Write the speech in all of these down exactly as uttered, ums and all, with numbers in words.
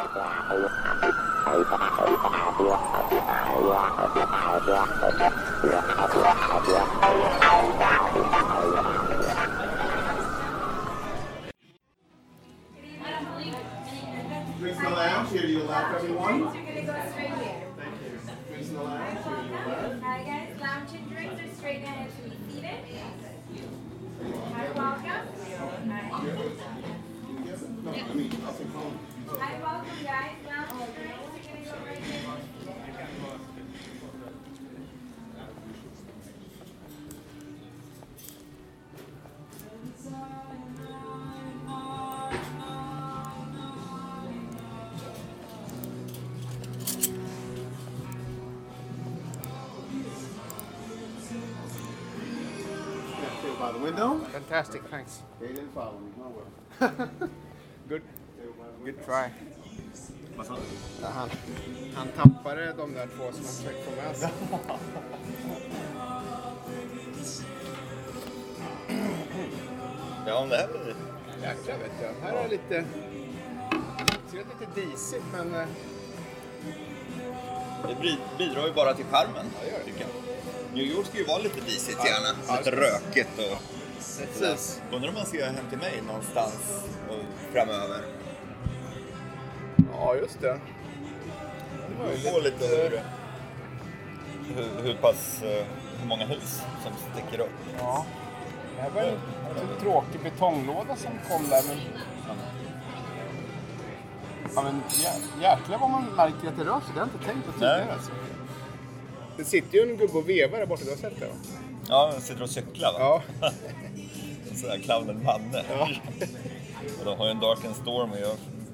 Drinks in the lounge, here to your left, everyone. You're gonna go straight here. Thank you. Drinks in the lounge, here to your left. Hi guys, lounge and drinks are straight ahead to be seated. Hi, welcome. No, I mean, I'll take home. Hi, welcome guys. Lounge and drinks are gonna go right here to be seated. By the window. Fantastic, thanks. They didn't follow me. Oh well. Good, good try. Vad sa du? Ja, han, han tappade de där två som han försökte få med sig. Ja, det här blir... Jäklar vet jag. Här är det lite... Det ser lite disigt men... eh, Det bri- bidrar ju bara till charmen, Ja, det gör det. tycker jag. New York ska ju vara lite disigt gärna. Ja. Lite rökigt och... Precis. Undrar om man ska hem till mig någonstans och framöver. Ja, just det. Och få lite hur, hur, hur pass... eh, Hur många hus som sticker upp. Ja. Det här var en en tråkig betonglåda som kom där men... Ja men jä- jäklar vad man märker att det rör sig. Det har jag inte tänkt på tidigare Nej. alltså. Det sitter ju en gubbe och vevar där borta, du har sett det va? Ja, de sitter och cyklar va? Ja. En sån här clownen Manne. Ja. Och de har ju en Dark and Storm och jag...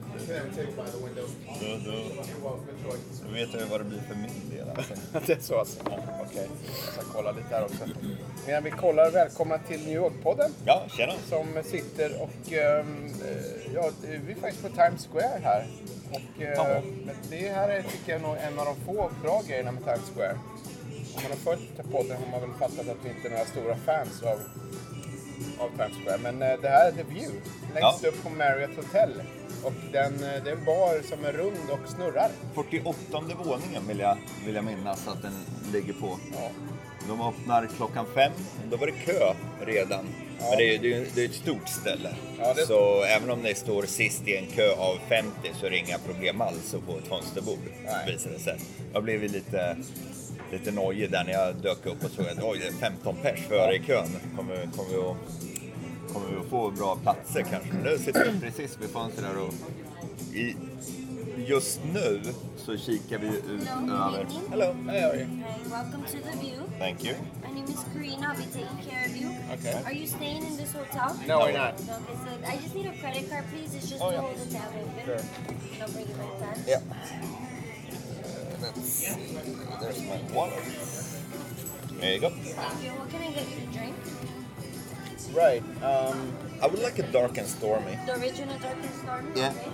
Då, då, då vet jag ju vad det blir för min del alltså. Det är så alltså? Ja, okej. Jag ska kolla lite här också. Medan vi kollar, välkomna till New York-podden. Ja, tjena. Som sitter och... ehm, eh, ja, vi är faktiskt på Times Square här. Och eh, Ja. det här är tycker jag nog en av de få bra grejerna med Times Square. Om man har följt podden har man väl fattat att vi inte är några stora fans av, av Times Square. Men eh, det här är The View. Längst Ja. upp på Marriott Hotel. Och den, eh, det är en bar som är rund och snurrar. fyrtioåttonde våningen vill jag, vill jag minnas att den ligger på. Ja. De öppnar klockan fem. Då var det kö redan. Ja. Men det är, det, är, det är ett stort ställe. Ja, det- Så även om det står sist i en kö av femtio så är det inga problem alls att få ett fönsterbord. Nej. Visar det sig. Jag blev ju lite, lite nojig där när jag dök upp och såg att oj, det är femton pers före i kön. Kommer, kommer, vi att, kommer vi att få bra platser kanske. Men nu sitter vi precis vid fönstret där och i, just nu så kikar vi ut över... Hello. Hej, hej. Hi, welcome to the View. Thank you. My name is Karina. I'll be taking care of you. Okay. Are you staying in this hotel? No, we're not. Okay, so I just need a credit card, please. It's just Oh, to yeah. hold the tab open. Sure. And I'll bring it right back. Yeah. Let's see. There's my wallet. There you go. Thank you. What can I get you to drink? Right. Um, I would like a dark and stormy. The original Dark and Stormy? Yeah. Okay.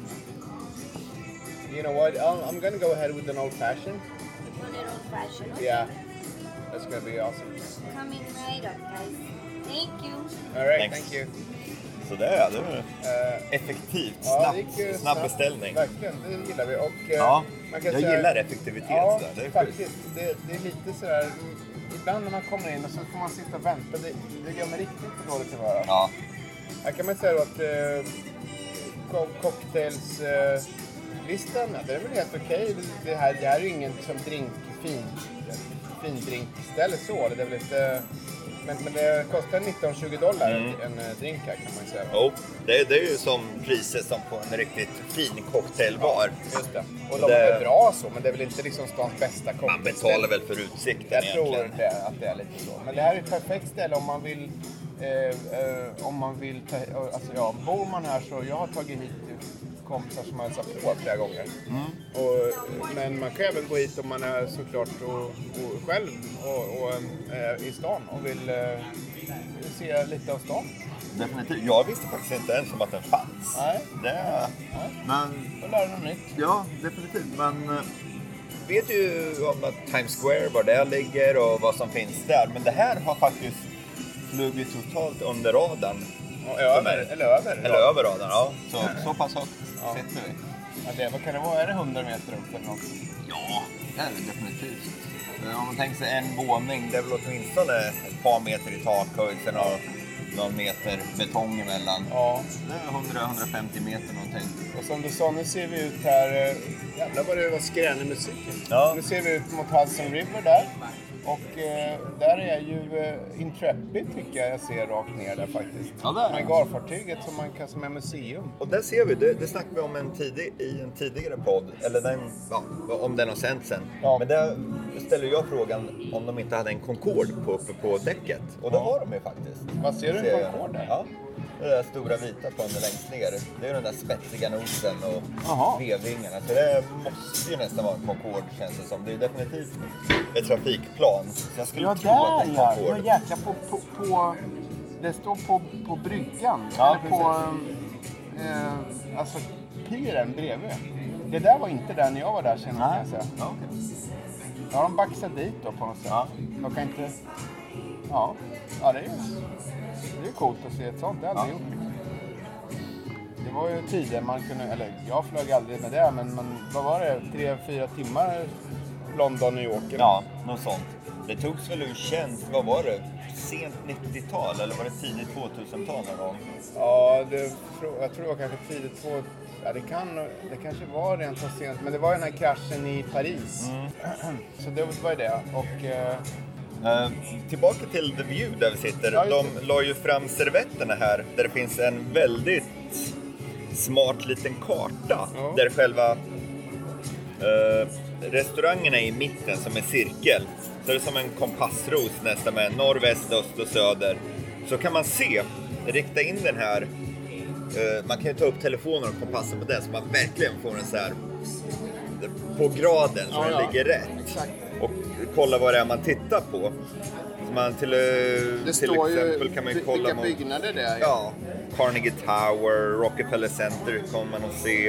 you know what? I'll, I'm going to go ahead with an old fashioned. One it old fashioned. Okay. Yeah. That's going to be awesome. Coming right up, guys. Thank you. All right. Thanks. Thank you. Så det är det. är Uh, Effektivt, ja, snabbt, det gick ju snabb snabbt. beställning. Verkligen, det gillar vi. Och, eh, Ja, man kan jag säga, gillar effektivitet. Ja, sådär. Det är schysst. faktiskt. Det, det är lite sådär... mm, Ibland när man kommer in och så får man sitta och vänta. Det, det gör mig riktigt för dåligt humör. Ja, Här kan man säga då att eh, co- cocktailslistan, eh, listan, ja, det är väl helt okej. Det, det, här, det här är ju ingen som drink, fin, fin drinkställe så. Det är väl inte, men, men det kostar nitton tjugo dollar Mm. en, en eh, drink här kan man säga. jo, det, det är ju som priser som på en riktigt fin cocktailbar. Just det. Och de Det- är bra så, men det är väl inte liksom stans bästa Man cocktailställe. betalar väl för utsikten Jag tror egentligen. det, att det är lite så. Men det här är ett perfekt ställe om man vill, eh, eh, om man vill ta, alltså ja, bor man här så, jag har tagit hit kompisar som har hälsat på flera gånger. Och, men man kan även gå hit om man är såklart och, och själv och, och, eh, i stan och vill eh, se lite av stan. Definitivt. Jag visste faktiskt inte ens om att den fanns. Nej. Det, Nej. men, Då lär du något nytt. ja, definitivt. Men eh, vet ju om att Times Square, var det ligger och vad som finns där. Men det här har faktiskt flugit totalt under radarn. Och över, eller över. Eller över radarn, ja. Så, så pass högt. Ja. sitter vi. Ja, det, vad kan det vara? Är det hundra meter upp eller något? Ja, det är det definitivt. Om man tänker sig en våning, det är väl åtminstone ett par meter i takhöjd, sen har någon meter betong emellan. Ja. Det är hundra till hundrafemtio meter någonting. Och som du sa, nu ser vi ut här... eh, Jävlar vad det var skränig musik. Ja. Nu ser vi ut mot Hudson River där. Och eh, där är ju eh, Intrepid tycker jag jag ser rakt ner där faktiskt. Ja, där. Med garfartyget som man kan som är museum. Och där ser vi, det, det snackade vi om en tidig, i en tidigare podd, eller den, ja, om den har sänts sen. Ja. Men där ställer jag frågan om de inte hade en Concorde på, uppe på däcket. Och det har de ju faktiskt. Vad ser du Ser en jag. Concorde där? Ja, det där stora vita på under längst ner. Det är den där spetsiga nosen och Jaha. V-vingarna. Så det måste ju nästan vara en Concorde känns det som. Det är definitivt ett trafikplan. Så jag skulle Ja, tro att det där är en ja! Concorde. Ja, jäklar på, på, på... Det står på, på bryggan. Ja, eller på... Eh, alltså piren bredvid. Det där var inte där när jag var där känner jag, kan jag säga. Ja, okej. Ja, de baxat dit då på något sätt. Ja. De kan inte... Ja, ja det är ju det är coolt att se ett sånt. Det har jag aldrig Ja. gjort. Det var ju tider man kunde... Eller jag flög aldrig med det, men man, vad var det? Tre, fyra timmar London, New York? eller? Ja, något sånt. Det togs väl ur tjänst, vad var det? Sent nittiotal eller var det tidigt tvåtusental någon gång? Ja, det, jag tror det var kanske tidigt två... Ja, det, kan, det kanske var rent så sent. Men det var den här kraschen i Paris. Mm. Så det var ju det. Och... Eh, Uh, tillbaka till The View där vi sitter. Ja, just De det. la ju fram servetterna här där det finns en väldigt smart liten karta. Ja. Där själva uh, restaurangen är i mitten som en cirkel. Så det är som en kompassros nästan med norr, väst, öst och söder. Så kan man se, rikta in den här. Uh, man kan ju ta upp telefonen och kompassen på den så man verkligen får en så här på graden så Ja, den ja. ligger rätt. Exakt. Och kolla vad det är man tittar på. Så man till, eh, det till står exempel ju kan man ju by- kolla vilka mot, byggnader det är. ja, Carnegie Tower, Rockefeller Center kommer man att se.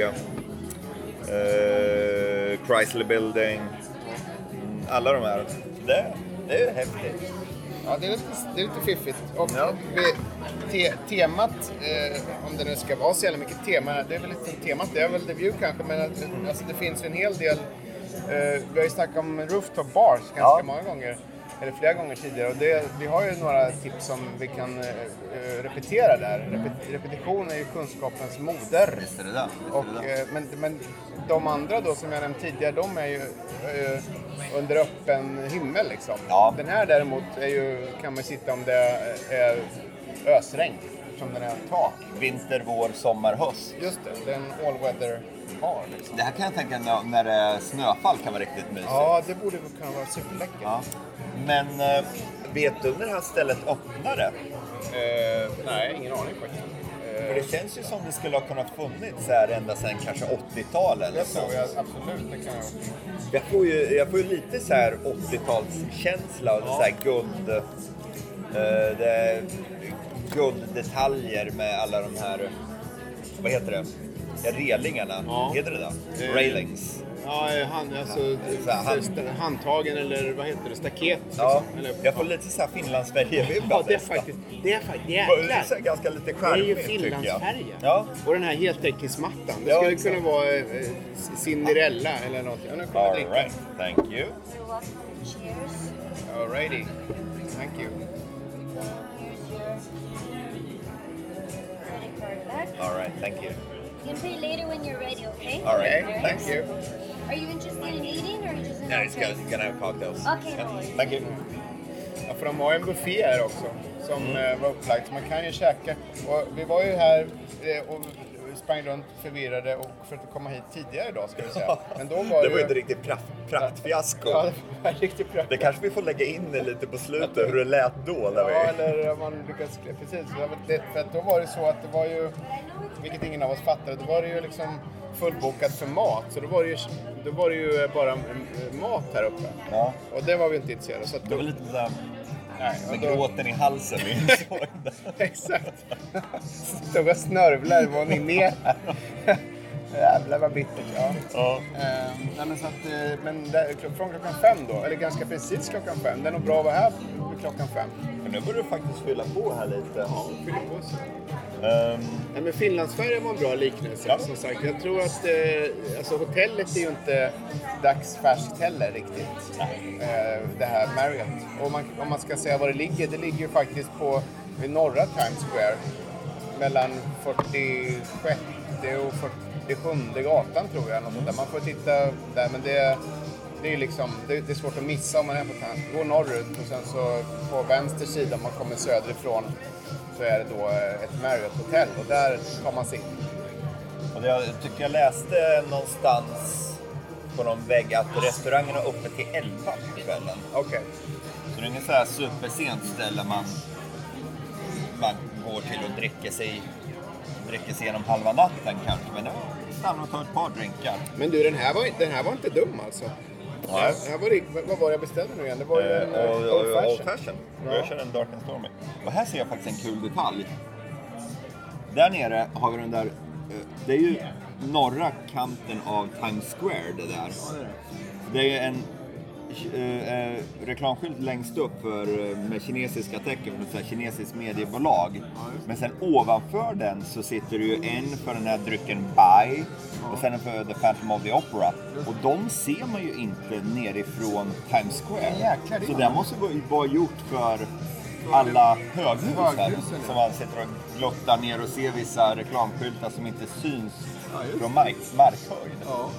Eh, Chrysler Building. Mm, alla de här. Det, det är häftigt. Ja, det är lite, det är lite fiffigt. Och Ja. vi- te, temat, eh, om det nu ska vara så jävla mycket tema, det är väl inte temat, det är väl The View kanske, men att, alltså, det finns ju en hel del, eh, vi har ju snackat om rooftop bars ganska Ja. många gånger, eller flera gånger tidigare, och det, vi har ju några tips som vi kan eh, repetera där. Repet, repetition är ju kunskapens moder. Visst är det där. Visst Och, är det där. eh, men, men de andra då som jag nämnt tidigare, de är ju eh, under öppen himmel liksom. Ja. Den här däremot är ju, kan man sitta om det är ösregn, som den är tak. Vinter, vår, sommar, höst. Just det, det är en all weather bar liksom. Det här kan jag tänka när, när det är snöfall kan vara riktigt mysigt. Ja, det borde väl kunna vara superläckert. Ja. Men eh, vet du när det här stället öppnade? Eh, nej, ingen aning faktiskt. För det känns ju som det skulle ha kunnat funnits här ända sedan kanske åttiotal eller Det så. tror jag absolut, det kan jag. Jag får ju, jag får ju lite så här åttiotalskänsla och så här guld, eh, det är gulddetaljer med alla de här, vad heter det? Ja, relingarna, Ja. heter det då? Eh, Railings. Ja, hand, alltså, Så här, hand- st- handtagen eller vad heter det, staket. Ja, liksom. Eller, jag får lite så här Finlandsfärje-vibbar Ja, det är nästan. faktiskt, det är faktiskt, Det jäklar. är ganska lite Det är ju charmigt tycker jag. Finlandsfärja. Ja. Och den här heltäckningsmattan. Det Ja, skulle exakt. kunna vara eh, Cinderella eller något. Ja, nu kommer All dricka. right, thank you. You're welcome. Cheers. Alrighty. Thank you. Here's your credit card back. All right, thank you. You can pay later when you're ready, okay? All right, Okay, thanks. thank you. Are you interested in eating or are you just in Yeah, it's okay? gonna, gonna have cocktails. Okay, no Yeah, worries. thank you. Ja, för de har ju en buffé här också som Mm. eh, var upplagd. Så man kan ju käka. Och vi var ju här eh, och sprang runt förvirrade och för att komma hit tidigare idag ska vi säga. Men då var Det var ju... ju ett riktigt prakt, praktfiasko. Ja, det var riktigt bra. Det kanske vi får lägga in det lite på slutet, hur det lät då. När vi... Ja, eller om man lyckas... Precis, det var det, för att då var det så att det var ju, vilket ingen av oss fattade, då var det ju liksom fullbokat för mat. Så då var det ju, då var det ju bara eh, mat här uppe. Ja. Och det var vi inte intresserade. Så att Det då, var lite såhär nej, och med då, gråten i halsen vi insåg det. exakt. Stod och snörvlar, var ni med? Jävlar vad bittert, ja. Ja. Eh, nej, men så att, eh, men där, från klockan fem då, eller ganska precis klockan fem. Det är nog bra att vara här vid klockan fem. Men nu börjar du faktiskt fylla på här lite. Ja, fyller på sig. Um, Nej, men Finlandsfärjan var en bra liknelse, Ja. som sagt. Jag tror att eh, alltså, hotellet är ju inte dagsfärskt heller riktigt. Eh, det här Marriott. Och man, om man ska säga var det ligger, det ligger ju faktiskt på vid norra Times Square. Mellan fyrtiosjätte och fyrtiosjunde gatan tror jag. Något sånt där. Man får titta där, men det, det är liksom, det, det är svårt att missa om man är på Times. Gå norrut och sen så på vänster sida om man kommer söderifrån så är det då ett Marriott-hotell och där tar man sig in. och det, jag tycker jag läste någonstans på någon vägg att restaurangen är uppe till elva på kvällen. Okej. Så det är inget så här supersent ställe man, man går till och dricker sig, dricker sig genom halva natten kanske. Men det var stanna och ta ett par drinkar. Men du, den här var, den här var inte dum alltså. Nej. Den här var, rik- vad var det jag beställde nu igen? Det var ju en Eh, eh, och, old och, fashion. old fashion. Ja. Och jag kör en dark and stormy. Och här ser jag faktiskt en kul detalj. Där nere har vi den där, eh, det är ju norra kanten av Times Square det där. Det är en eh, eh, reklamskylt längst upp för, eh, med kinesiska tecken för något så här kinesiskt mediebolag. Men sen ovanför den så sitter det ju en för den här drycken Bai och sen en för The Phantom of the Opera. Och de ser man ju inte nerifrån Times Square. Jäklar, det är så man. det måste vara- vara gjort för alla höghus här, Höghusen, som ja. man sitter och glottar ner och ser vissa reklamskyltar som inte syns Ja, just från mark, markhöjd. Ja.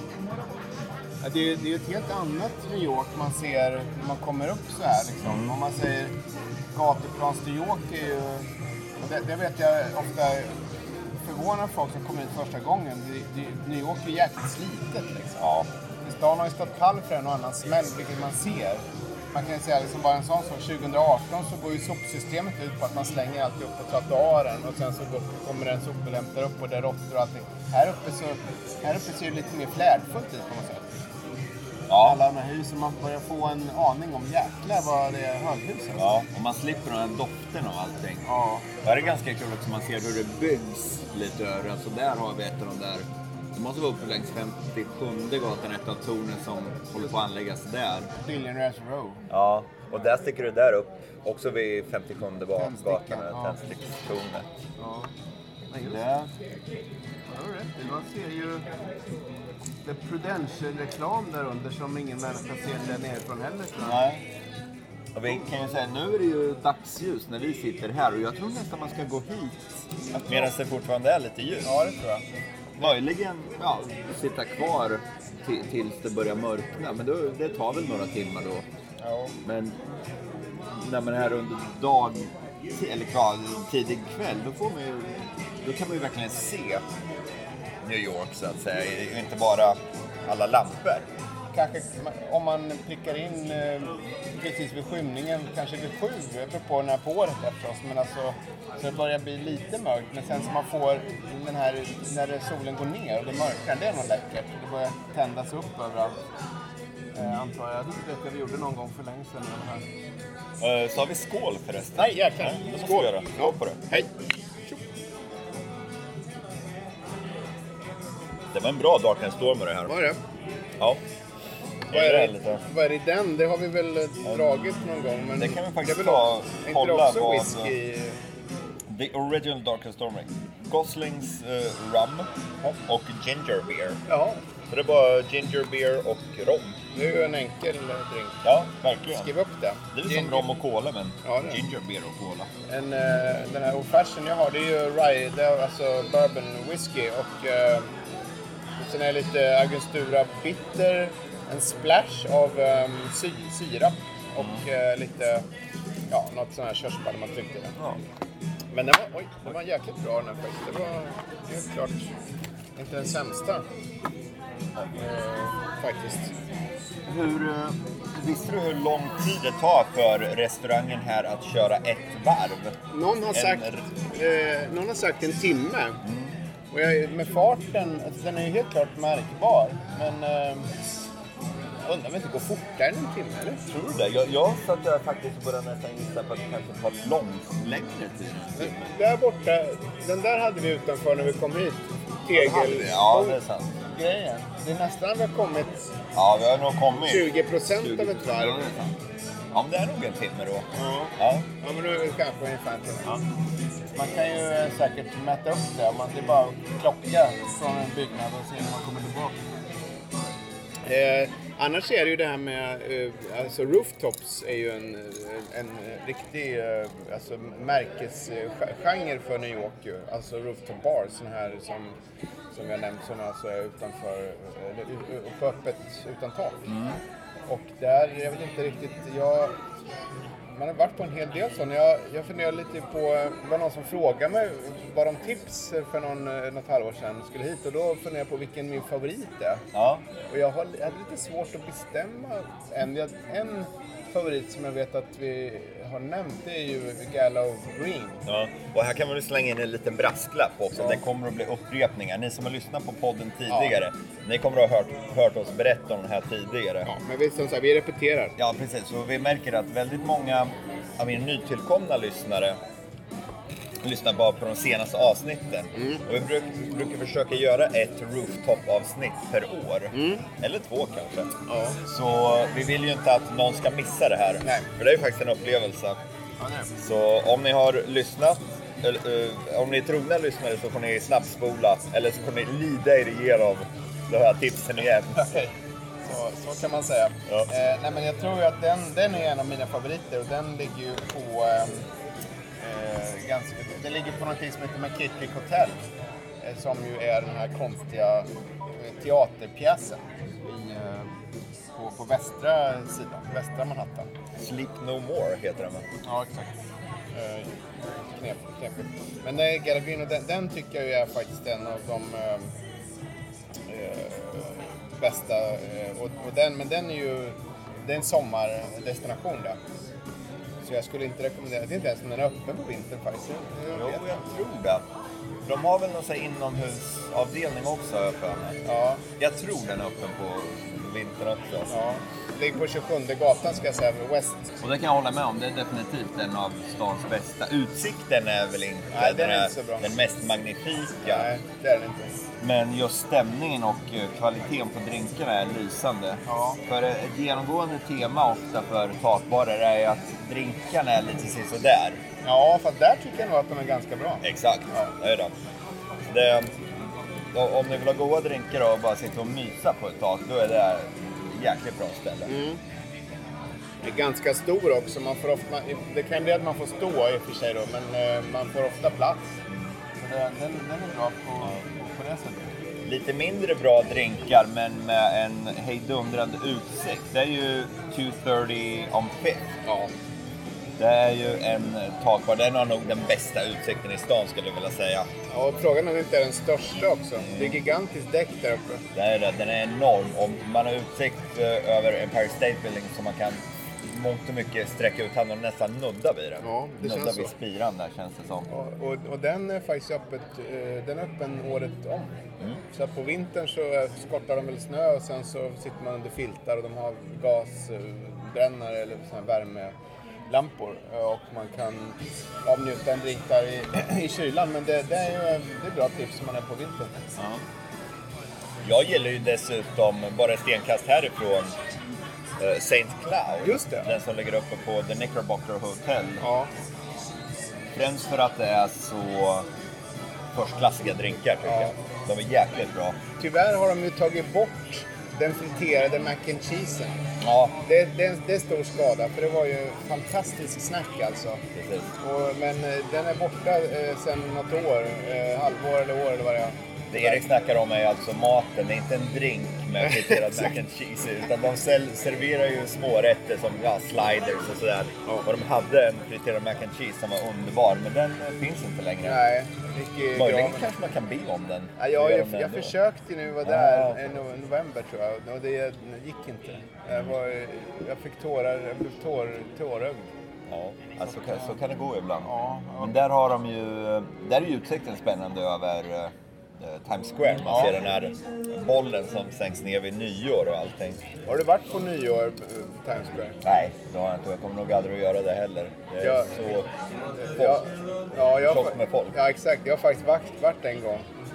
Ja, det, är, det är ju ett helt annat New York man ser när man kommer upp så här. Liksom. Mm. Om man säger gatuplans New York är ju... Och det, det vet jag ofta förvånar folk som kommer hit första gången. Det, det, New York är jäkligt slitet liksom. Ja. Stan har ju stått pall för en och annan smäll, vilket man ser. Man kan ju säga liksom bara en sån sak. tjugo arton så går ju sopsystemet ut på att man slänger allt upp på trottoaren och sen så går, kommer det en sop och hämtar upp och det är råttor och allting. Här uppe så här uppe ser det lite mer flärdfullt ut på något sätt. Ja. Alla de här husen, man börjar få en aning om jäklar vad det är höghusen. Ja, och man slipper den här doften och allting. Ja. Det är ganska kul också, man ser hur det byggs lite över. Alltså där har vi ett av de där. Det måste vara uppe längs femtiosjunde gatan, ett av tornen som håller på att anläggas där. Billionaires Row. Ja, och där sticker du där upp. Också vid femtiosjunde gatan, Tändstickan, ja. tändstickstornet. Ja. Men just Det. Ja, det har du rätt i. Man ser ju The Prudential-reklam där under som ingen människa ser där nerifrån heller. tror jag. Nej. Och vi kan ju säga, nu är det ju dagsljus när vi sitter här och jag tror nästan man ska gå hit. Medan det fortfarande är lite ljus. Ja, det tror jag. Möjligen ja, sitta kvar t- tills det börjar mörkna, men då, det tar väl några timmar då. Ja. Men när man är här under dag, eller ja, tidig kväll, då, får man ju, då kan man ju verkligen se New York så att säga, inte bara alla lampor. Kanske om man prickar in eh, precis vid skymningen, kanske vid sju, det beror på när på året är förstås, men alltså så det börjar bli lite mörkt, men sen så man får den här, när solen går ner och det mörknar, det är nog läckert. Det börjar tändas upp överallt. Eh, antar jag, det vet jag vi gjorde någon gång för länge sedan. Här. Uh, så har vi skål förresten. Nej, jäklar. Ja, det måste vi göra. Skål på det. Hej! Det var en bra Dark and Stormer det här. Vad är det? Ja. Vad Det är är det, lite. vad är det i den? Det har vi väl eh, dragit någon gång. Men Det kan vi faktiskt är väl ta- också- är inte kolla det också vad- whisky? The original Dark and Stormer. Goslings uh, rum och ginger beer. Ja, Så det är bara ginger beer och rom. det är ju en enkel eh, drink. Ja, verkligen. Skriv upp det. Det är som Ginger- rom och cola, men Ja, det är. ginger beer och cola. En, eh, den här old fashion jag har, det är ju rye, det är alltså bourbon whisky och eh, sen är det lite Angostura bitter, en splash av um, sy, sirap och eh, lite, ja, något sån här körsbär man tryckte i den. Ja. Men den var, oj, den var jäkligt bra den här faktiskt. Det var helt klart inte den sämsta. Eh, faktiskt. Hur, eh, visste du hur lång tid det tar för restaurangen här att köra ett varv? Någon har En- sagt, eh, någon har sagt en timme. Och jag, med farten, alltså, den är ju helt klart märkbar. Men eh, jag undrar om det inte går fortare än en timme, eller? Tror du det? Jag, jag satt där faktiskt och började nästan gissa på att det kanske tar långt längre tid. Men där borta, den där hade vi utanför när vi kom hit. tegel. Ja, det är sant. Grejen. Det är nästan vi har kommit Ja, vi har nog kommit. tjugo procent av ett Ja, varv. det är sant. Ja, men det är nog en timme då. Ja. Ja. Ja, men nu är det kanske ungefär en timme. Ja. Man kan ju eh, säkert mäta upp det. Man, det är bara att klocka från en byggnad och se när man kommer tillbaka. Eh, annars är det ju det här med, eh, alltså rooftops är ju en, en riktig eh, alltså märkesgenre för New York ju. Alltså rooftop bars, såna här som, som jag nämnt, som alltså är utanför, eller u- u- på öppet utan tak. Och där, jag vet inte riktigt, jag, man har varit på en hel del sådana. Jag, jag funderar lite på, det var någon som frågade mig vad de tips för någon, något halvår sedan skulle hit. Och då funderar jag på vilken min favorit är. Ja. Och jag har jag hade lite svårt att bestämma en. Jag, en favorit som jag vet att vi har nämnt, det är ju Gallow Green. Ja. Och här kan man ju slänga in en liten brasklapp också. Det kommer att bli upprepningar. Ni som har lyssnat på podden tidigare, ni kommer att ha hört, hört oss berätta om den här tidigare. Ja, men vi, som sagt, vi repeterar. Ja, precis. Och vi märker att väldigt många av mina nytillkomna lyssnare lyssnar bara på de senaste avsnitten. Mm. Och vi bruk, brukar försöka göra ett rooftop-avsnitt per år. Mm. Eller två kanske. Ja. Så vi vill ju inte att någon ska missa det här. Nej. För det är ju faktiskt en upplevelse. Ja, nej. Så om ni har lyssnat, eller, uh, om ni är trogna lyssnare, så får ni snabbspola. Eller så får ni lida er igenom de här tipsen igen. Okej. Så, så kan man säga. Ja. Eh, nej, men jag tror ju att den, den är en av mina favoriter och den ligger ju på eh, eh, ganska, det ligger på någonting som heter McKittrick Hotel, eh, som ju är den här konstiga eh, teaterpjäsen i, eh, på, på västra sidan, västra Manhattan. Sleep No More heter den. Ja, exakt. Eh, knep, knepigt. Men nej, Gallow Green, och den, den tycker jag ju är faktiskt en av de eh, eh, bästa. Eh, och, och den, men den är ju, det är en sommardestination där. Så jag skulle inte rekommendera, det är inte ens om den är öppen på vintern faktiskt. Jag Jo, vet. jag tror det. De har väl någon sån här inomhusavdelning också, har jag för mig. Ja, Jag tror den är öppen på vintern också. ja. Det ligger på tjugosjunde gatan ska jag säga, West. Och det kan jag hålla med om. Det är definitivt en av stans bästa. Utsikten är väl inte, Nej, den är här- inte så bra. den mest magnifika. Nej, det är den inte. Men just stämningen och eh, kvaliteten på drinkarna är lysande. Ja. För ett genomgående tema ofta för takbarer är att drinkarna är lite sådär. Ja, fast där tycker jag nog att de är ganska bra. Exakt, Ja. det är det. Så det då, om ni vill ha goda drinkar och bara sitta och mysa på ett tak, då är det ett jäkligt bra ställe. Mm. Det är ganska stor också. Man får ofta, det kan bli att man får stå i och för sig då, men eh, man får ofta plats. Så det, den, den är bra på, på det sättet. Lite mindre bra drinkar men med en hejdundrande utsikt. Det är ju tvåhundratrettio on Fifth. Ja. Det är ju en takbar, den har nog den bästa utsikten i stan skulle jag vilja säga. Ja, och frågan är om det inte är den största också. Det är gigantiskt däck där uppe. Det är det, den är enorm och man har utsikt eh, över Empire State Building så man kan mångt och mycket sträcka ut handen och nästan nudda vid den. Ja, det nudda känns vid så. spiran där känns det som. Och, och, och den är faktiskt öppet, eh, den är öppen året om. Mm. Så att på vintern så eh, skottar de väl snö och sen så sitter man under filtar och de har gasbrännare eller såna här värmelampor. Eh, Och man kan avnjuta en drink där i, i kylan. Men det, det är ju det är bra tips om man är på vintern. Ja. Jag gillar ju dessutom, bara ett stenkast härifrån, uh, Saint Cloud. Just det. Den som ligger uppe på The Knickerbocker Hotel. Ja. Främst för att det är så förstklassiga drinkar tycker Ja. jag. De är jäkligt bra. Tyvärr har de ju tagit bort den friterade mac and cheesen. Ja, Det, det, det är stor skada, för det var ju fantastisk snack alltså. precis. Och, men eh, den är borta eh, sedan något år, eh, halvår eller år eller vad det är. Det Erik snackar om är alltså maten, det är inte en drink med friterad mac and cheese utan de sel- serverar ju smårätter som ja, sliders och sådär. Ja. Och de hade en friterad mac and cheese som var underbar men den eh, finns inte längre. Nej, gick i Möjligen graven. kanske man kan be om den. Ja, jag, Gör jag, de den jag då? försökte nu vara där Ah. i no- november tror jag och det, det gick inte. Jag, var, jag fick tårar, jag blev tår, tårögd. Ja, alltså, så, kan, så kan det gå ibland. Ja, ja. Men där har de ju, där är ju utsikten spännande över eh, Times Square. Man Ja. ser den här bollen som sänks ner vid nyår och allting. Har du varit på nyår eh, Times Square? Nej, det har jag inte. Jag kommer nog aldrig att göra det heller. Det är Ja. så folk. Ja, ja, jag, Slåss med folk. ja, exakt. Jag har faktiskt varit, varit en gång.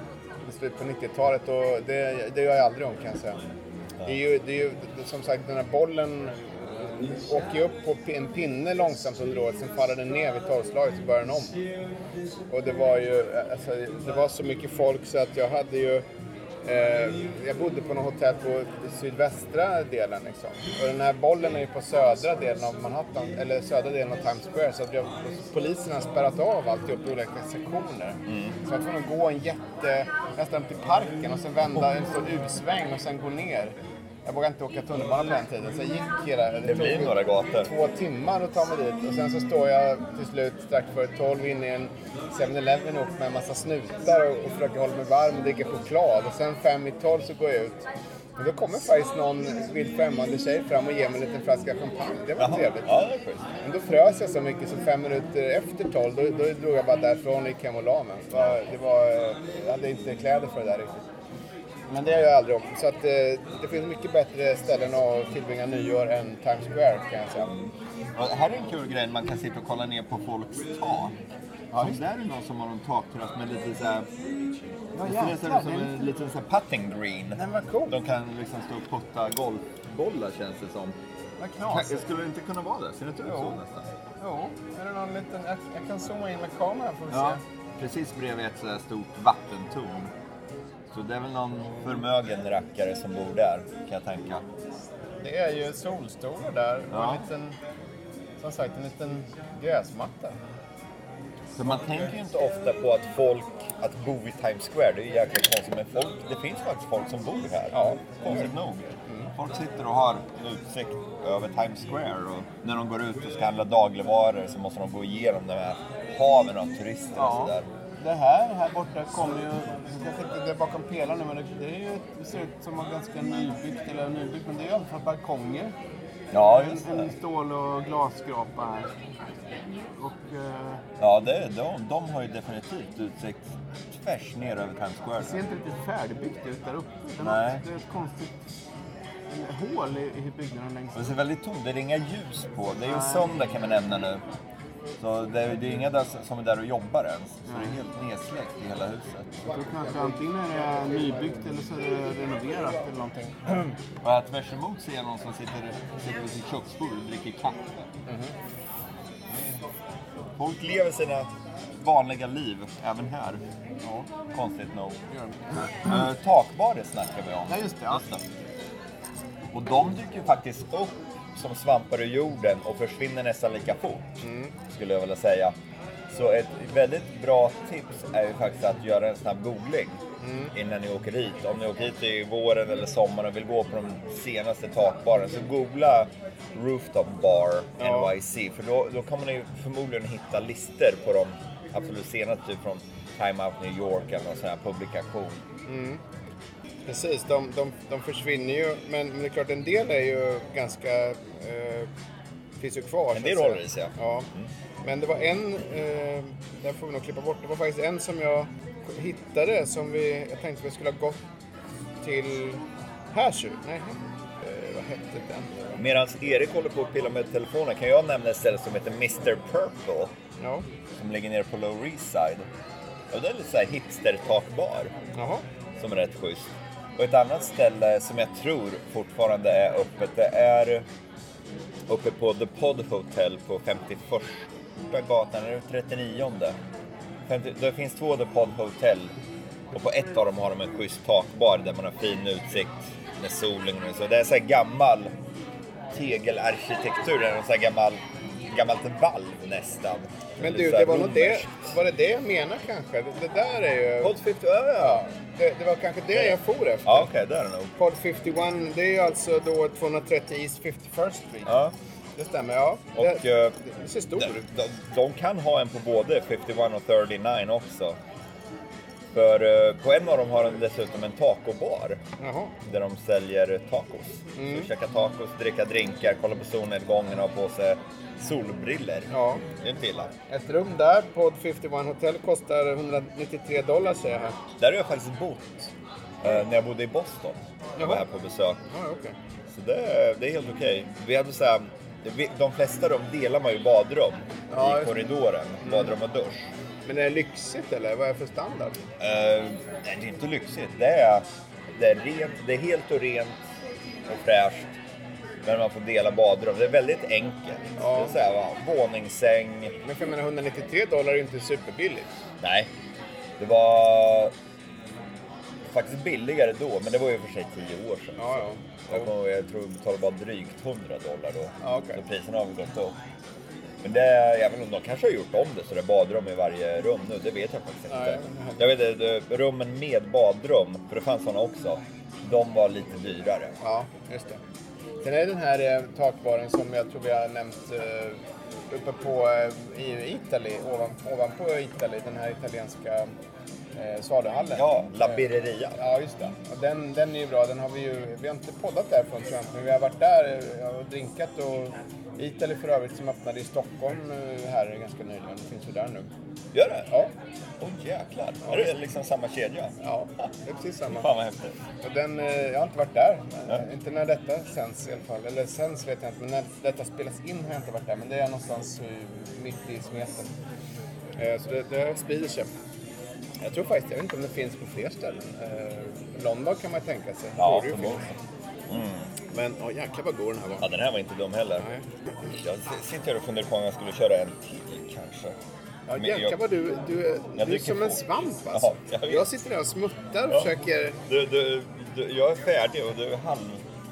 i slutet på nittiotalet och det, det gör jag aldrig om kan jag säga. Det är ju, det är ju som sagt den här bollen åker ju upp på en pinne långsamt under året, sen faller den ner vid tolvslaget och börjar den om. Och det var ju, alltså, det var så mycket folk så att jag hade ju Eh, jag bodde på något hotell på sydvästra delen liksom. Och den här bollen är ju på södra delen av Manhattan, eller södra delen av Times Square, så att jag, polisen har spärrat av allt upp i olika sektioner. Mm. Så att man får gå en jätte, nästan upp till parken och sen vända en stor U-sväng och sen gå ner. Jag vågade inte åka tunnelbana på den tiden, så jag gick hela, det, det blir några gator. Två timmar att ta mig dit. Och sen så står jag till slut strax före tolv inne i en seven eleven upp med en massa snutar och, och försöker hålla mig varm och dricka choklad. Och sen fem i tolv så går jag ut. Och då kommer faktiskt någon vild främmande tjej fram och ger mig en liten flaska champagne. Det var Jaha. trevligt. Ja, det är Men då frös jag så mycket så fem minuter efter tolv, då, då drog jag bara därifrån och gick hem och la mig. Det var, jag hade inte kläder för det där riktigt. Men det gör jag aldrig om. Så att, eh, det finns mycket bättre ställen att tillbringa nyår än Times Square kan jag säga. Och här är en kul grej, man kan sitta och kolla ner på folks tak. Ja, så där är någon som har en takterrass med lite såhär... Ja, det ser ut som en liten såhär putting green. Nej, vad cool. De kan liksom stå och potta golfbollar känns det som. Vad knasigt. Skulle det inte kunna vara det? Ser det inte ut så nästan? Jo, är det någon liten... Jag, jag kan zooma in med kameran för att ja, se. Precis bredvid ett sådär stort vattentorn. Så det är väl någon förmögen rackare som bor där, kan jag tänka. Det är ju solstolar där och ja. en liten, som sagt, en liten gräsmatta. Så man tänker ju inte ofta på att folk, att bo i Times Square, det är ju jäkligt konstigt. Men folk, det finns faktiskt folk som bor här. Ja. Konstigt nog. Mm. Folk sitter och har utsikt över Times Square och när de går ut och ska handla dagligvaror så måste de gå igenom de här haven av turister ja. och sådär. Det här, här borta kommer ju, jag vet inte, det är bakom pelarna, men det, det, är ju, det ser ut som en ganska nybyggt, eller nybyggt, men det är i alla fall balkonger. Ja, just det. En, en stål- och glasskrapa här. Och, eh, ja, det, de, de har ju definitivt utsikt tvärs ner över Times Square. Det ser inte riktigt färdigbyggt ut där uppe. Det Nej. är, det är ett konstigt en hål i, i byggnaden längst. Det ser väldigt tomt, det är inga ljus på. Det är ju söndag kan vi nämna nu. Så det är, det är inga där som är där och jobbar ens. Så det är helt nedsläckt i hela huset. Jag tror kanske antingen är det nybyggt eller så är det renoverat eller någonting. Och här tvärs emot ser jag någon som sitter, sitter vid sitt köksbord och dricker kaffe. Mm-hmm. Folk lever sina vanliga liv även här. Ja, konstigt nog. Uh, takbarer snackar vi om. Ja, just det. Ja. Just det. Och de dyker faktiskt upp som svampar ur jorden och försvinner nästan lika fort, mm. skulle jag vilja säga. Så ett väldigt bra tips är ju faktiskt att göra en snabb googling mm. innan ni åker hit. Om ni åker hit i våren eller sommaren och vill gå på de senaste takbaren, så googla Rooftop Bar ja. N Y C. För då, då kommer ni förmodligen hitta listor på de absolut senaste, typ från Time Out New York eller någon sån här publikation. Mm. Precis, de, de, de försvinner ju, men, men det är klart en del är ju ganska, eh, finns ju kvar. En del håller i sig, ja. Mm. Men det var en, eh, där får vi nog klippa bort, det var faktiskt en som jag hittade som vi, jag tänkte vi skulle ha gått till Härsö. Nej, eh, vad hette den? Medan Erik håller på att pilla med telefonen kan jag nämna ett ställe som heter mister Purple. Ja. Som ligger nere på Lower East Side. Och det är lite så här hipster-takbar. Jaha. Som är rätt schysst. Och ett annat ställe som jag tror fortfarande är öppet, det är uppe på The Pod Hotel på femtioförsta gatan, eller trettionionde. femtio, det finns två The Pod Hotel och på ett av dem har de en schysst takbar där man har fin utsikt med solen och så. Det är så här gammal tegelarkitektur, det är en så här gammal gammalt valv nästan. Men du, det var nog det, var det det jag menar kanske? Det, det där är ju... Pod femtio, ja, ja. Det, det var kanske det jag for efter. Ja, okej, okay, det är det nog. Pod femtioett, det är ju alltså då tvåhundratrettio East fifty-first Street. Ja. Det stämmer, ja. Och det, det, det ser stor ut. De, de, de kan ha en på både femtioett och fyrtionio också. För uh, på en av dem har de dessutom en tacobar. Jaha. Där de säljer tacos. Mm. Så käka tacos, dricka drinkar, kolla på solnedgången och ha på sig solbriller. Ja. Det är inte illa. Ett rum där på femtioett Hotel kostar etthundranittiotre dollar, säger jag här. Där har jag faktiskt bott uh, när jag bodde i Boston. Jag var här på besök. Ja, okay. Så det, det är helt okej. Okay. Vi hade så här, de flesta rum delar man ju badrum ja, i korridoren. Mm. Badrum och dusch. Men är det lyxigt eller vad är det för standard? Uh, nej, det är inte lyxigt. Det är, det, är rent, det är helt och rent och fräscht. Men man får dela badrum. Det är väldigt enkelt. Ja. Det är så här, va? Våningssäng. Men för jag menar, etthundranittiotre dollar är ju inte superbilligt. Nej, det var faktiskt billigare då. Men det var ju för sig tio år sedan. Ja, ja. Jag, kommer, jag tror vi betalade bara drygt hundra dollar då. Ja, okay. Så priserna har vi gått upp. Men det, jag vet inte, de kanske har gjort om det så det är badrum i varje rum nu. Det vet jag faktiskt inte. Nej. Jag vet inte, rummen med badrum, för det fanns sådana också. De var lite dyrare. Ja, just det. Sen är det den här eh, takbaren som jag tror vi har nämnt eh, uppe på eh, i Italy, ovan, ovanpå Italy, den här italienska eh, saluhallen. Ja, La Birreria. Ja, just det. Och den, den är ju bra. Den har vi ju, vi har inte poddat därifrån tror jag inte, men vi har varit där eh, och drinkat och Italy för övrigt som öppnade i Stockholm eh, här ganska nyligen. Det finns ju där nu. Gör det? Ja. Åh oh, jäklar. Är det liksom samma kedja? Ja, det är precis samma. Fan vad häftigt. Och den, eh, jag har inte varit där. Ja. Inte när detta sänds i alla fall. Eller sänds vet jag inte. Men när detta spelas in har jag inte varit där. Men det är någonstans eh, mitt i smeten. Eh, så det, det sprider sig. Jag tror faktiskt, jag vet inte om det finns på fler ställen. Eh, London kan man tänka sig. Ja, det förmodligen. Mm. Men åh, jäklar vad god den här var. Ja, den här var inte dum heller. Nej. Jag sitter här och funderar på om jag skulle köra en till kanske. Ja, Men jäklar jag- vad du, du, Jag du är dricker som en fort. svamp alltså. Ja, jag jag, vet. sitter där och smuttar och Ja. försöker... Du, du, du, jag är färdig och du är halv...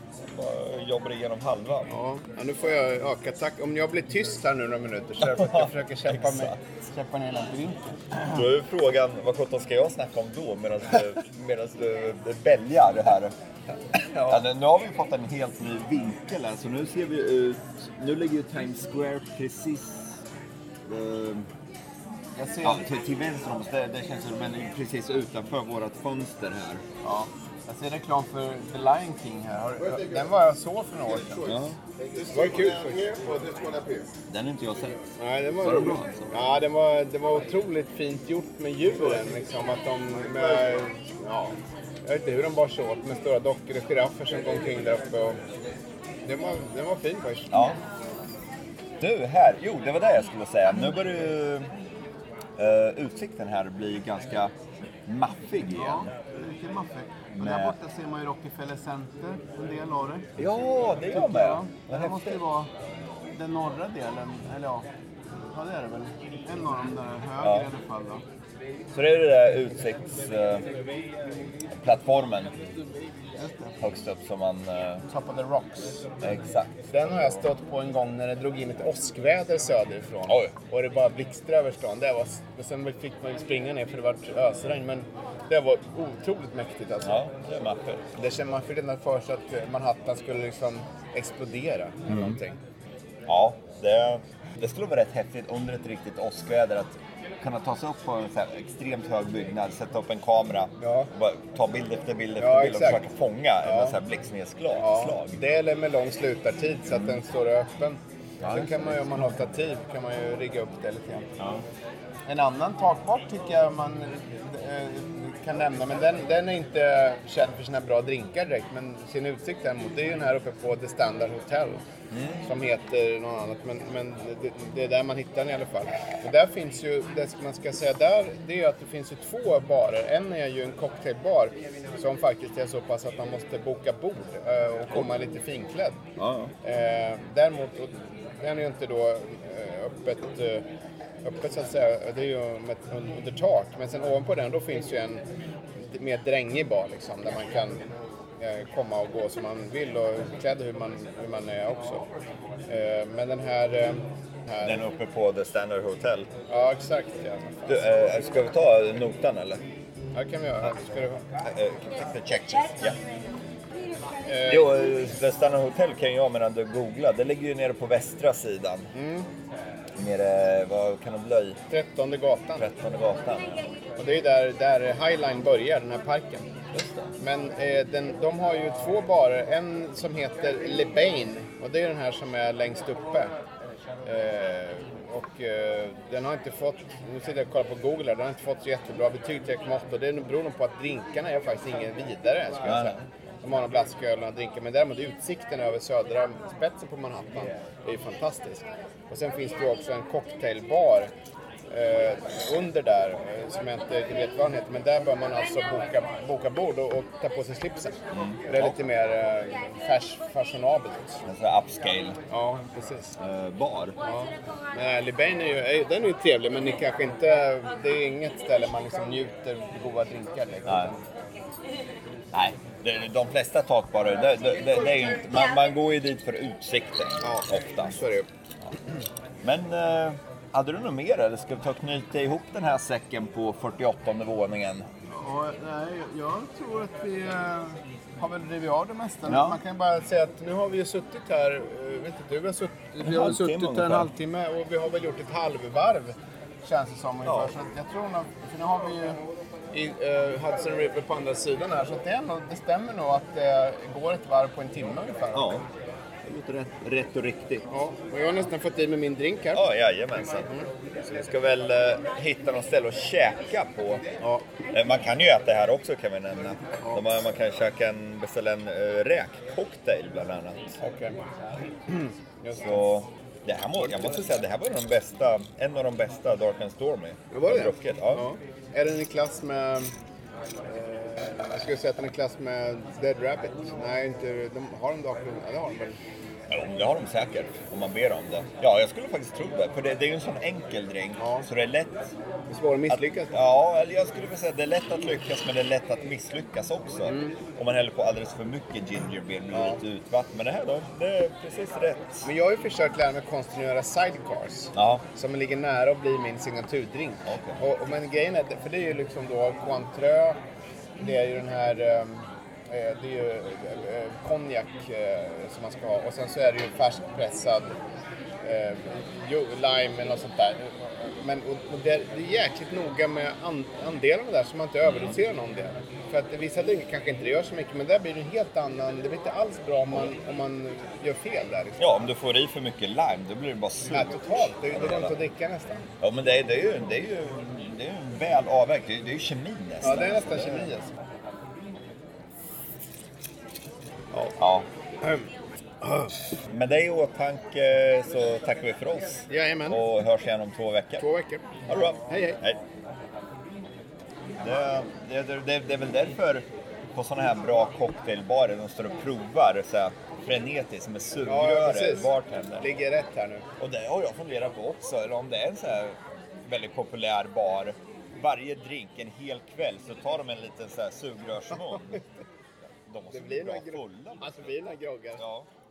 Jag jobbar igenom halvan. Ja, ja, nu får jag öka tack. Om jag blir tyst här nu några minuter så är det för att jag försöker kämpa, med, Exakt. kämpa ner den drinken. Då är frågan, vad sjutton ska jag snacka om då medan du, medan du, du bälgar det här? Ja, nu- nu har vi fått en helt ny vinkel här, så nu ser vi ut... Nu ligger ju Times Square precis... eh, Jag ser... ja, till, till vänster om oss. Det, det känns som en precis utanför vårt fönster här. Ja, jag ser reklam för The Lion King här. Har- Den var jag så för några år sedan. Ja, Det var kul. Here or this one up here? den har inte jag sett. Nej, den var, Var det rolig. bra, alltså? Ja, den var, det var otroligt fint gjort med djuren. Liksom, att de med, ja, jag vet inte hur de bar sig åt med stora dockor och giraffer som går omkring där uppe. Och, den, var, den var fin faktiskt. Ja. Du, här. Jo, det var det jag skulle säga. Nu börjar ju uh, utsikten här bli ganska maffig igen. Ja, lite maffigt. Och där Nej. borta ser man ju Rockefeller Center, en del av det. Ja, det gör med. Ja, det Vad här måste ju häftigt. vara den norra delen, eller ja, ja det är det väl. En av de där högre Ja. i alla fall då. Så det är det där utsiktsplattformen Just det. högst upp som man... Uh, Top of the Rocks. exakt. Den har jag stått på en gång när det drog in ett åskväder söderifrån. Oj. Och det bara blixtrade över stan. Det var, och sen fick man ju springa ner för det var ösregn. Men det var otroligt mäktigt alltså. Ja, det är maffigt. Det känner man för redan för sig att Manhattan skulle liksom explodera. Eller någonting. Ja, det, det skulle vara rätt häftigt under ett riktigt åskväder att kunna ta sig upp på en så här extremt hög byggnad, sätta upp en kamera Ja. och bara ta bild efter bild efter Ja, bild och exakt. försöka fånga Ja. en så här blixtnedslag. Ja, slag. det eller med lång slutartid så att den står öppen. Ja, Sen kan man ju, om man har stativ, kan man ju rigga upp det lite grann. Ja. En annan takbart tycker jag man eh, kan nämna, men den, den är inte känd för sina bra drinkar direkt, men sin utsikt däremot, det är ju den här uppe på The Standard Hotel. Som heter något annat, men, men det, det är där man hittar den i alla fall. Och där finns ju, det man ska säga där, det är att det finns ju två barer. En är ju en cocktailbar som faktiskt är så pass att man måste boka bord eh, och komma lite finklädd. Ja, Eh, däremot, och den är ju inte då eh, öppet, eh, öppet så att säga, det är ju med, under tak. Men sen ovanpå den då finns ju en lite mer drängig bar liksom, där man kan eh, komma och gå som man vill och klädd hur man, hur man är också. Eh, men den här, eh, här... Den är uppe på The Standard Hotel. Ja, exakt. Ja. Du, eh, ska vi ta notan eller? Ja, kan vi göra. Ska det... Eh, eh, check, check. Ja. eh, Jo, eh, The Standard Hotel kan jag medan du googlar. Det ligger ju nere på västra sidan. Mm. Nere, vad kan det bli? trettonde gatan. trettonde gatan. Och det är där, där Highline börjar, den här parken. Just det. Men eh, den, de har ju två barer, en som heter Le Bain och det är den här som är längst uppe. Eh, och eh, den har inte fått, nu sitter jag och kollar på Google här, den har inte fått så jättebra betyg, tre komma åtta. Det beror nog på att drinkarna är faktiskt ingen vidare skulle jag säga. De har några blasköl och några drinkar, men däremot utsikten över södra spetsen på Manhattan är ju fantastisk. Och sen finns det ju också en cocktailbar eh, under där, eh, som jag inte vet vad den heter, men där bör man alltså boka, boka bord och, och ta på sig slipsen. Mm. Det är lite mer eh, färs, fashionabelt. En sån här upscale Ja, precis. eh, bar. Ja. Men Libane är ju, är, den är ju trevlig, men det kanske inte, det är inget ställe man liksom njuter goda drinkar direkt. Nej. Nej, det- de flesta takbarer, det, det, det, det är ju inte, man, man går ju dit för utsikten ofta. Så är det ju. Men eh, hade du något mer eller ska vi ta och knyta ihop den här säcken på fyrtioåttonde våningen? Ja, nej, jag tror att vi eh, har väl rivit av det mesta. Ja. Man kan bara säga att nu har vi ju suttit här, eh, vet inte, du har suttit, vi har halvtimme suttit här en ungefär. halvtimme och vi har väl gjort ett halvvarv, känns det som ungefär. Ja. Så att jag tror nog, för nu har vi ju i uh, Hudson River på andra sidan här, så att det, är nog, det stämmer nog att det går ett varv på en timme ungefär. Ja, det låter rätt, rätt och riktigt. Ja, och jag har nästan fått i med min drink här. Ja, jajamensan. Så vi ska väl eh, hitta något ställe att käka på. Ja. Eh, man kan ju äta här också kan vi nämna. De har, man kan käka en, beställa en uh, räkcocktail bland annat. Okej. Just det. Så det här må, jag måste säga det här var de bästa, en av de bästa Dark and Stormy. Det var jag det? druckit. Ja. Ja. Är den i klass med... Eh, jag skulle säga att den är i klass med Dead Rabbit. Nej, inte... De, har de Dark? Ja, det har de väl. Ja, det har de säkert, om man ber om det. Ja, jag skulle faktiskt tro det. För det, det är ju en sån enkel drink, Ja. så det är lätt... Det är svårt att misslyckas. Ja, eller jag skulle vilja säga att det är lätt att lyckas, men det är lätt att misslyckas också. Mm. Om man häller på alldeles för mycket ginger beer blir det lite utvattnat. Men det här då, det är precis rätt. Men jag har ju försökt lära mig konsten att göra sidecars. Ja. Som ligger nära att bli min signaturdrink. Okej. Och, och men grejen är, för det är ju liksom då Cointreau, det är ju den här, ehm, eh, det är ju eh, konjak eh, som man ska ha. Och sen så är det ju färskpressad eh, jo- lime eller något sånt där. Men och, och det, det är jäkligt noga med an, andelarna där så man inte överdoserar någon del. För att vissa drinkar kanske inte det gör så mycket, men där blir det en helt annan, det blir inte alls bra om man, om man gör fel där liksom. Ja, om du får i för mycket lime, då blir det bara surt. Ja, totalt. Det, det går inte att dricka nästan. Ja, men det är, det är ju, det är ju, det är ju väl avvägt. Det är, det är ju kemi nästan. Ja, det är nästan kemi alltså. Ja. Med det i åtanke så tackar vi för oss. Jajamän. Och hörs igen om två veckor. Två veckor. Ha det bra. Hej, hej. Hej. Det, det, det, det, det är väl därför på sådana här bra cocktailbarer de står och provar så här frenetiskt med Ja, sugrörer, precis. bartender. Ligger rätt här nu. Och det har jag funderat på också, eller om det är en så här väldigt populär bar. Varje drink, en hel kväll, så tar de en liten så här sugrörsmun. De måste Det bli blir bra några, gro- fulla. alltså, det blir några groggar. Ja.